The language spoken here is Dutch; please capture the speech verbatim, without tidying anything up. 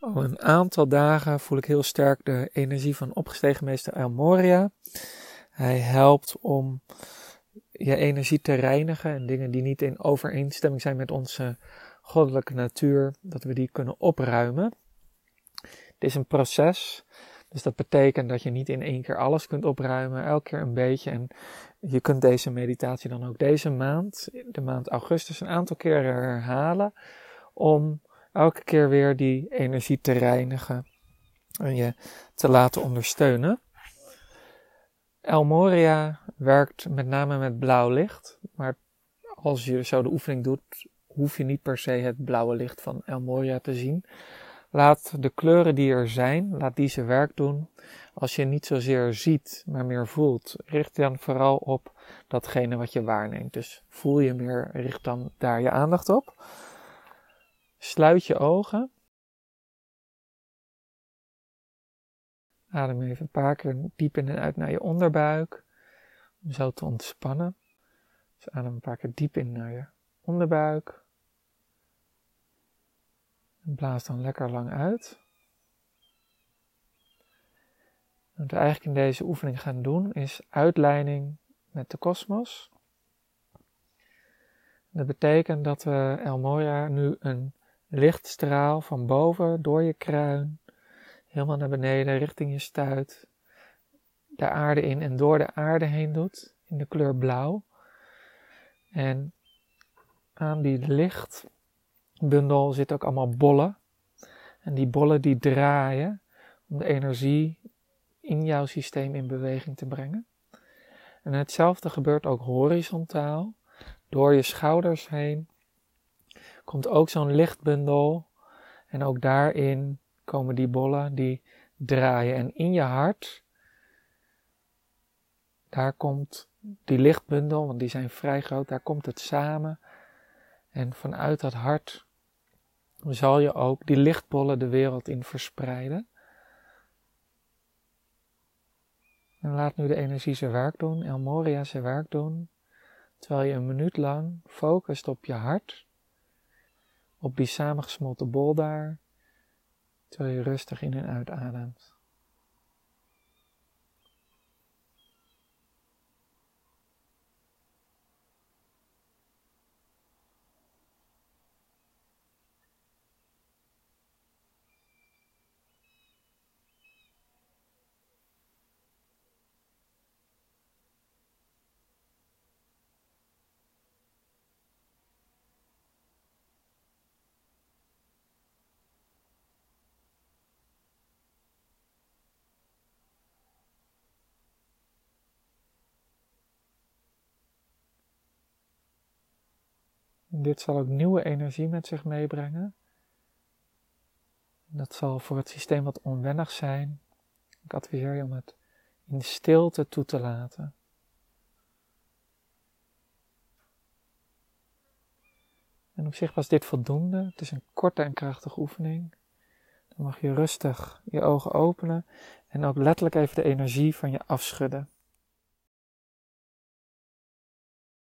Al een aantal dagen voel ik heel sterk de energie van opgestegen meester El Morya. Hij helpt om je energie te reinigen en dingen die niet in overeenstemming zijn met onze goddelijke natuur, dat we die kunnen opruimen. Het is een proces, dus dat betekent dat je niet in één keer alles kunt opruimen, elke keer een beetje. En je kunt deze meditatie dan ook deze maand, de maand augustus, een aantal keren herhalen om elke keer weer die energie te reinigen en je te laten ondersteunen. El Morya werkt met name met blauw licht, maar als je zo de oefening doet, hoef je niet per se het blauwe licht van El Morya te zien. Laat de kleuren die er zijn, laat die zijn werk doen. Als je niet zozeer ziet, maar meer voelt, richt je dan vooral op datgene wat je waarneemt. Dus voel je meer, richt dan daar je aandacht op. Sluit je ogen. Adem even een paar keer diep in en uit naar je onderbuik, om zo te ontspannen. Dus adem een paar keer diep in naar je onderbuik. En blaas dan lekker lang uit. Wat we eigenlijk in deze oefening gaan doen is uitleiding met de kosmos. Dat betekent dat we El Morya nu een lichtstraal van boven door je kruin, helemaal naar beneden richting je stuit, de aarde in en door de aarde heen doet, in de kleur blauw. En aan die lichtbundel zitten ook allemaal bollen. En die bollen die draaien om de energie in jouw systeem in beweging te brengen. En hetzelfde gebeurt ook horizontaal. Door je schouders heen komt ook zo'n lichtbundel. En ook daarin komen die bollen die draaien. En in je hart, daar komt die lichtbundel, want die zijn vrij groot, daar komt het samen. En vanuit dat hart zal je ook die lichtbollen de wereld in verspreiden. En laat nu de energie zijn werk doen, El Morya zijn werk doen, terwijl je een minuut lang focust op je hart, op die samengesmolten bol daar, terwijl je rustig in en uit ademt. Dit zal ook nieuwe energie met zich meebrengen. Dat zal voor het systeem wat onwennig zijn. Ik adviseer je om het in stilte toe te laten. En op zich was dit voldoende. Het is een korte en krachtige oefening. Dan mag je rustig je ogen openen en ook letterlijk even de energie van je afschudden.